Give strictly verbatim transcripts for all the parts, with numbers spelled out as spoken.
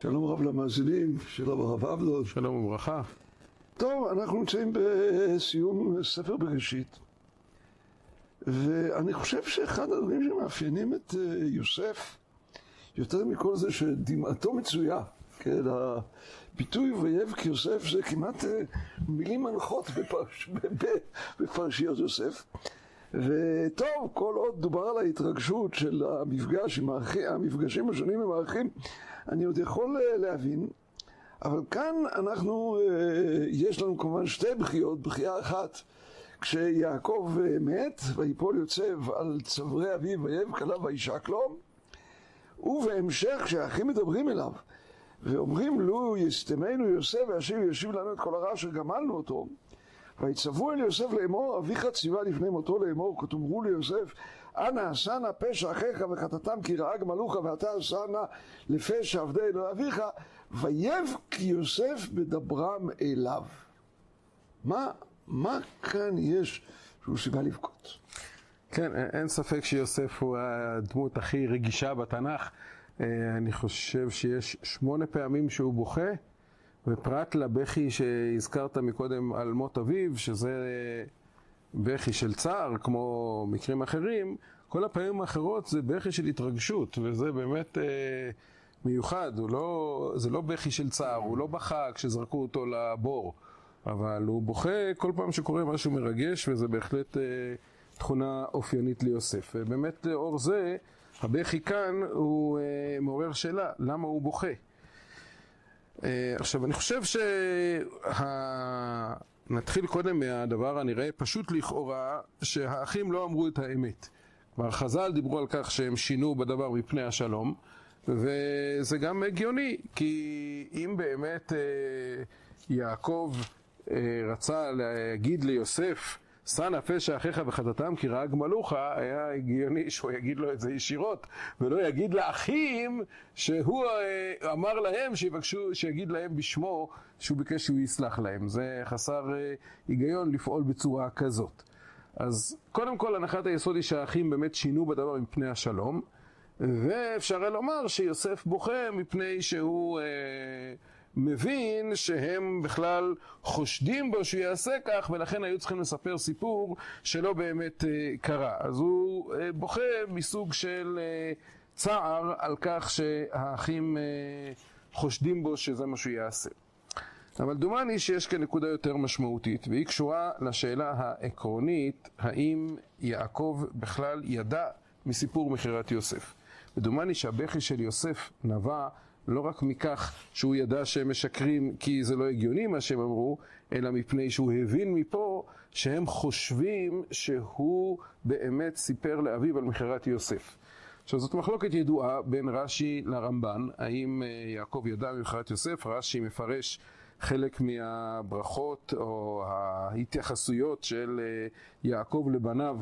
שלום רב למאזינים, שלום הרב עבדו. שלום וברכה. טוב, אנחנו נמצאים בסיום ספר בראשית, ואני חושב שאחד הדברים שמאפיינים את יוסף, יותר מכל זה שדמעתו מצויה, כן, הביטוי ויבך יוסף זה כמעט מילים מנחות בפרש, בפרשיות יוסף. וטוב, כל עוד דובר על ההתרגשות של המפגש עם האחים, המפגשים השונים עם האחים, אני עוד יכול להבין, אבל כאן אנחנו, יש לנו כמובן שתי בחיות, בחייה אחת, כשיעקב מת ויפול יוצב על צווארי אביו ויבך עליו וישק לו, ובהמשך כשהאחים מדברים אליו ואומרים לו יסתמנו יוסף ואשיב ישיב לנו את כל הרע אשר גמלנו אותו, ויצוו אל יוסף לאמור אביך ציווה לפני מותו לאמור כתאמרו ליוסף אנא עשה נא פשע אחיך וחטאתם כי רעה גמלוך ואתה עשה נא לפשע עבדי אלוהי אביך, ויבך יוסף בדברם אליו. מה, מה כאן יש שהוא סיבה לבכות? כן, אין ספק שיוסף הוא הדמות הכי רגישה בתנ"ך. אני חושב שיש שמונה פעמים שהוא בוכה, ופרט לבכי שהזכרת מקודם על מות אביו, שזה בכי של צער, כמו מקרים אחרים, כל הפעמים האחרות זה בכי של התרגשות, וזה באמת אה, מיוחד. הוא לא, זה לא בכי של צער, הוא לא בכה כשזרקו אותו לבור, אבל הוא בוכה כל פעם שקורה משהו מרגש, וזה בהחלט אה, תכונה אופיינית ליוסף. ובאמת לאור זה, הבכי כאן הוא אה, מעורר שאלה, למה הוא בוכה? עכשיו, אני חושב שנתחיל קודם מהדבר הנראה פשוט לכאורה, שהאחים לא אמרו את האמת. כלומר, חז"ל דיברו על כך שהם שינו בדבר מפני השלום, וזה גם הגיוני, כי אם באמת יעקב רצה להגיד ליוסף, שא נא פשע אחיך וחטאתם כי רעה גמלוך, היה הגיוני שהוא יגיד לו את זה ישירות, ולא יגיד לאחים שהוא אמר להם שיבקשו, שיגיד להם בשמו שהוא ביקש שהוא יסלח להם. זה חסר היגיון לפעול בצורה כזאת. אז קודם כל הנחת היסוד היא שהאחים באמת שינו בדבר מפני השלום, ואפשר לומר שיוסף בוכה מפני שהוא אה, מבין שהם בכלל חושדים בו שהוא יעשה כך, ולכן היו צריכים לספר סיפור שלא באמת אה, קרה. אז הוא אה, בוכה מסוג של אה, צער על כך שהאחים אה, חושדים בו שזה מה שהוא יעשה. אבל דומני שיש כאן נקודה יותר משמעותית, והיא קשורה לשאלה העקרונית, האם יעקב בכלל ידע מסיפור מכירת יוסף. ודומני שהבכי של יוסף נבע לא רק מכך שהוא ידע שהם משקרים כי זה לא הגיוני מה שהם אמרו, אלא מפני שהוא הבין מפה שהם חושבים שהוא באמת סיפר לאביו על מכירת יוסף. עכשיו, זאת מחלוקת ידועה בין רש"י לרמב"ן, האם יעקב ידע ממכירת יוסף. רש"י מפרש חלק מהברכות או ההתייחסויות של יעקב לבניו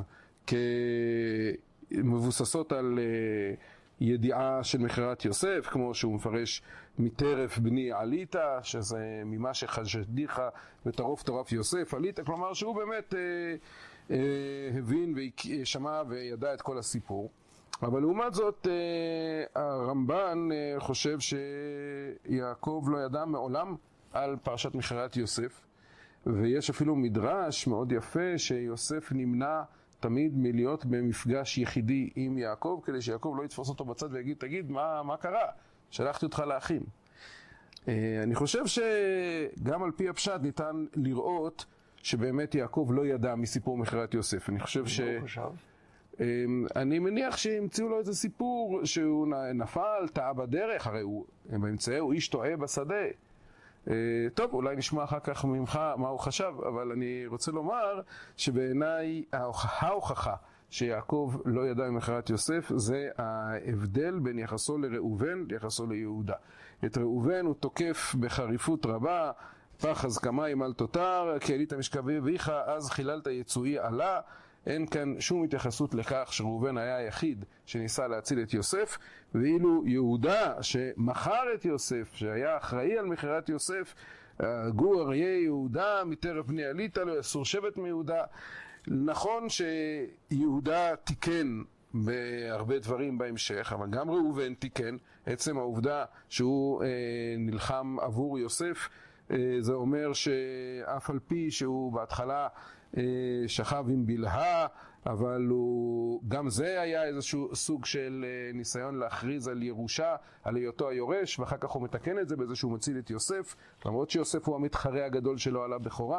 כמבוססות על ידיעה של מכירת יוסף, כמו שהוא מפרש מטרף בני עלית, שזה ממה שחשדיך וטרוף טרף יוסף עלית, כלומר שהוא באמת אה, אה, הבין ושמע וידע את כל הסיפור. אבל לעומת זאת אה, הרמב"ן אה, חושב שיעקב לא ידע מעולם על פרשת מכירת יוסף, ויש אפילו מדרש מאוד יפה שיוסף נמנע תמיד מלהיות במפגש יחידי עם יעקב, כדי שיעקב לא יתפוס אותו בצד ויגיד, תגיד, מה, מה קרה? שלחתי אותך לאחים. אני חושב שגם על פי הפשט ניתן לראות שבאמת יעקב לא ידע מסיפור מכירת יוסף. אני חושב ש... אני מניח שהמציאו לו איזה סיפור שהוא נפל, טעה בדרך, הרי הוא באמצעי, הוא איש טועה בשדה. טוב, אולי נשמע אחר כך ממך מה הוא חשב, אבל אני רוצה לומר שבעיניי ההוכחה שיעקב לא ידע ממכירת יוסף זה ההבדל בין יחסו לראובן ליחסו ליהודה. את ראובן הוא תוקף בחריפות רבה, פחז כמים אל תותר, כי עלית משכבי אביך, אז חיללת יצואי עלה. אין כאן שום התייחסות לכך שראובן היה היחיד שניסה להציל את יוסף, ואילו יהודה שמכר את יוסף, שהיה אחראי על מכירת יוסף, גור אריה יהודה מטרף בני עלית, לא יסור שבט מיהודה. נכון שיהודה תיקן בהרבה דברים בהמשך, אבל גם ראובן תיקן, עצם העובדה שהוא אה, נלחם עבור יוסף, אה, זה אומר שאף על פי שהוא בהתחלה אה, שכב עם בלהה, אבל הוא, גם זה היה איזשהו סוג של אה, ניסיון להכריז על ירושה, על היותו היורש, ואחר כך הוא מתקן את זה בזה שהוא מציל את יוסף, למרות שיוסף הוא המתחרה הגדול שלו על הבכורה.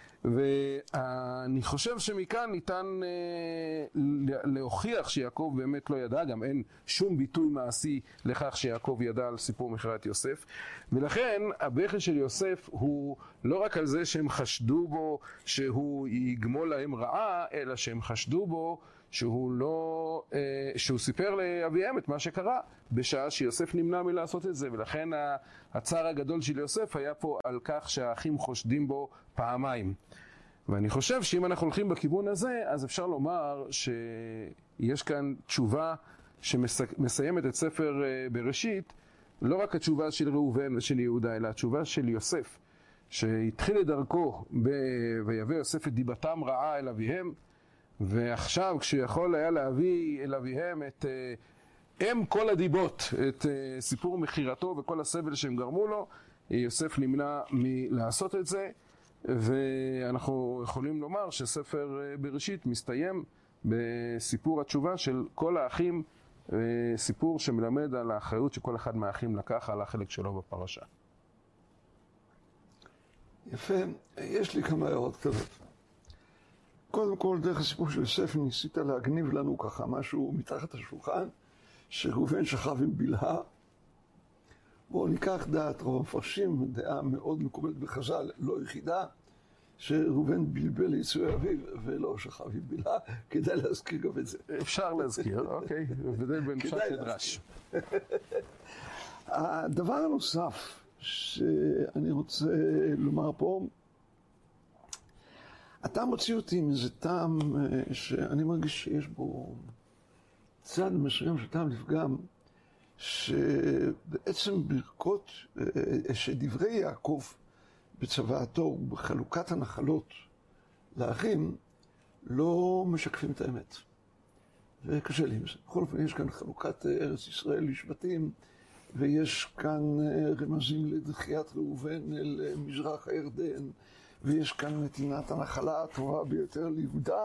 ואני חושב שמכאן ניתן אה, להוכיח שיעקב באמת לא ידע, גם אין שום ביטוי מעשי לכך שיעקב ידע על סיפור מכירת יוסף, ולכן הבכי של יוסף הוא לא רק על זה שהם חשדו בו שהוא יגמול להם רעה, אלא שהם חשדו בו שהוא לא, אה, שהוא סיפר לאביהם את מה שקרה בשעה שיוסף נמנע מלעשות את זה, ולכן הצער הגדול של יוסף היה פה על כך שהאחים חושדים בו פעמיים. ואני חושב שאם אנחנו הולכים בכיוון הזה, אז אפשר לומר שיש כאן תשובה שמסיימת את ספר בראשית, לא רק התשובה של ראובן ושל יהודה, אלא התשובה של יוסף, שהתחיל את דרכו ב... ויבא יוסף את דיבתם רעה אל אביהם, ועכשיו כשהוא יכול היה להביא אל אביהם את אם כל הדיבות, את סיפור מחירתו וכל הסבל שהם גרמו לו, יוסף נמנע מלעשות את זה, ואנחנו יכולים לומר שספר בראשית מסתיים בסיפור התשובה של כל האחים, סיפור שמלמד על האחריות שכל אחד מהאחים לקח על החלק שלו בפרשה. יפה, יש לי כמה הערות קטנות. קודם כל, דרך הסיפור של יוסף ניסית להגניב לנו ככה משהו מתחת השולחן, שראובן שכב עם בלהה. בואו ניקח דעת רוב המפרשים, דעה מאוד מקובלת בחז"ל, לא יחידה, שראובן בלבל ליצואי אביו ולא שכב עם בלהה. כדאי להזכיר גם את זה. אפשר להזכיר, אוקיי, ובדל בין פשט לדרש. הדבר הנוסף שאני רוצה לומר פה, אתה מוציא אותי מאיזה טעם שאני מרגיש שיש בו צד מסוים של טעם לפגם, שבעצם ברכות, שדברי יעקב בצוואתו ובחלוקת הנחלות לאחים לא משקפים את האמת. וקשה לי עם זה. בכל אופן יש כאן חלוקת ארץ ישראל לשבטים, ויש כאן רמזים לדחיית ראובן אל מזרח הירדן, ויש כאן נתינת הנחלה הטובה ביותר ליהודה,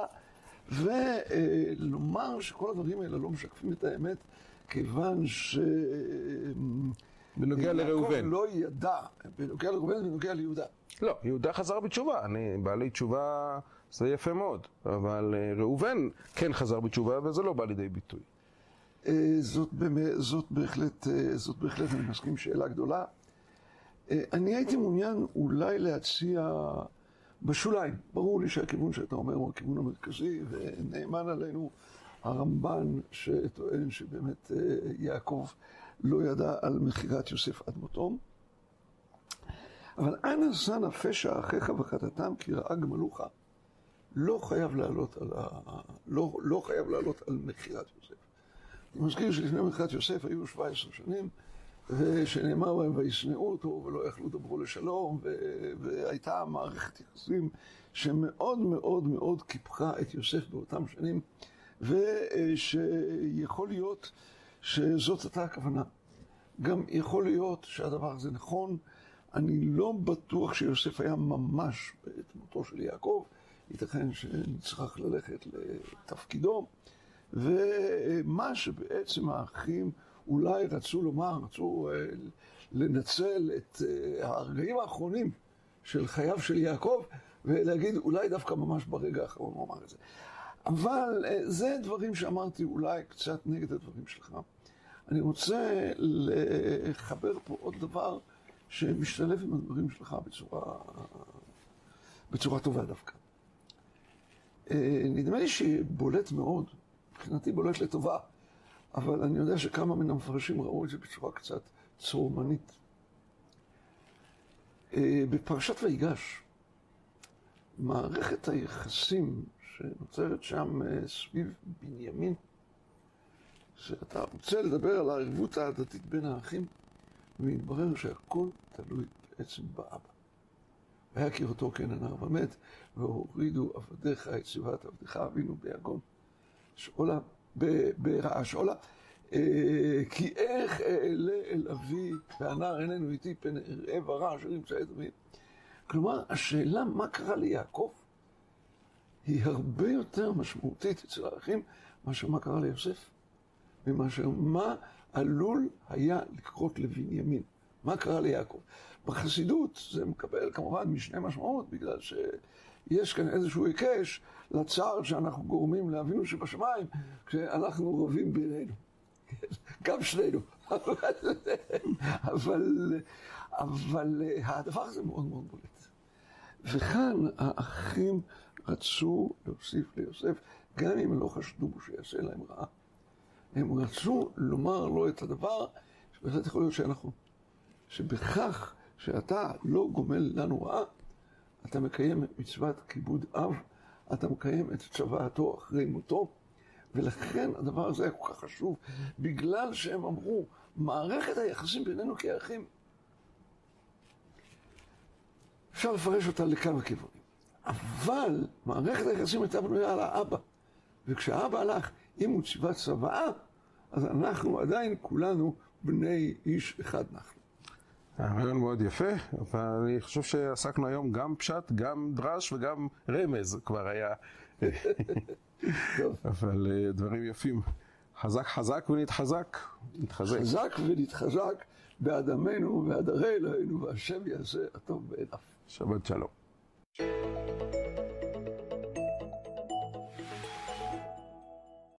ולומר שכל הדברים האלה לא משקפים את האמת, כיוון ש... בנוגע לראובן. לא ידע, בנוגע לראובן ובנוגע ליהודה. לא, יהודה חזר בתשובה, אני בעלי תשובה, זה יפה מאוד, אבל ראובן כן חזר בתשובה, וזה לא בא לידי ביטוי. זאת, זאת בהחלט, זאת בהחלט, אני מסכים, שאלה גדולה. אני הייתי מעוניין אולי להציע בשוליים. ברור לי שהכיוון שאתה אומר הוא הכיוון המרכזי, ונאמן עלינו הרמב"ן שטוען שבאמת יעקב לא ידע על מכירת יוסף עד מותו. אבל אנא זן הפשע אחיך וחטאתם כי רעה גמלוך, לא חייב לעלות על ה... לא, לא חייב לעלות על מכירת יוסף. אני מזכיר שלפני מכירת יוסף היו שבע עשרה שנים, ושנאמר בהם וישנאו אותו ולא יכלו דברו לשלום, ו... והייתה מערכת יחסים שמאוד מאוד מאוד קיפחה את יוסף באותם שנים, ושיכול להיות שזאת הייתה הכוונה. גם יכול להיות שהדבר הזה נכון. אני לא בטוח שיוסף היה ממש בעת מותו של יעקב, ייתכן שנצטרך ללכת לתפקידו, ומה שבעצם האחים אולי רצו לומר, רצו לנצל את הרגעים האחרונים של חייו של יעקב, ולהגיד אולי דווקא ממש ברגע האחרון הוא אמר את זה. אבל זה דברים שאמרתי אולי קצת נגד הדברים שלך. אני רוצה לחבר פה עוד דבר שמשתלב עם הדברים שלך בצורה, בצורה טובה דווקא. נדמה לי שבולט מאוד, מבחינתי בולט לטובה, אבל אני יודע שכמה מן המפרשים ראו את זה בצורה קצת צורמנית. בפרשת ויגש, מערכת היחסים שנוצרת שם סביב בנימין, שאתה רוצה לדבר על הערבות ההדדית בין האחים, ומתברר שהכל תלוי בעצם באבא. והכיר אותו כן הנער ומת, והורידו עבדיך את שיבת עבדיך אבינו ביגון. שאולה, ברעש עולה. כי איך אעלה אל אבי והנער איננו איתי פן אראה ורע אשר ימצא את אבי. כלומר, השאלה מה קרה ליעקב היא הרבה יותר משמעותית אצל האחים מאשר מה קרה ליוסף, ומאשר מה עלול היה לקרות לבנימין. מה קרה ליעקב? בחסידות זה מקבל כמובן משנה משמעות, בגלל שיש כאן איזשהו היקש לצער שאנחנו גורמים לאבינו שבשמיים כשאנחנו רבים בינינו. גם שנינו. אבל, אבל, אבל הדבר הזה מאוד מאוד בולט. וכאן האחים רצו להוסיף ליוסף, גם אם לא חשדו בו שיעשה להם רעה. הם רצו לומר לו את הדבר שבהחלט יכול להיות שאנחנו, שבכך שאתה לא גומל לנו רעה, אתה מקיים את מצוות כיבוד אב, אתה מקיים את צוואתו אחרי מותו, ולכן הדבר הזה היה כל כך חשוב, בגלל שהם אמרו, מערכת היחסים בינינו כאחים, אפשר לפרש אותה לכמה כיוונים. אבל מערכת היחסים הייתה בנויה על האבא, וכשהאבא הלך, אם הוא ציוות צוואה, אז אנחנו עדיין כולנו בני איש אחד אנחנו. הרעיון מאוד יפה, אבל אני חושב שעסקנו היום גם פשט, גם דרש וגם רמז כבר היה. אבל דברים יפים. חזק חזק ונתחזק. נתחזק. חזק ונתחזק בעד עמנו ובעד ערי אלוהינו, והשם יעשה הטוב בעיניו. שבת שלום.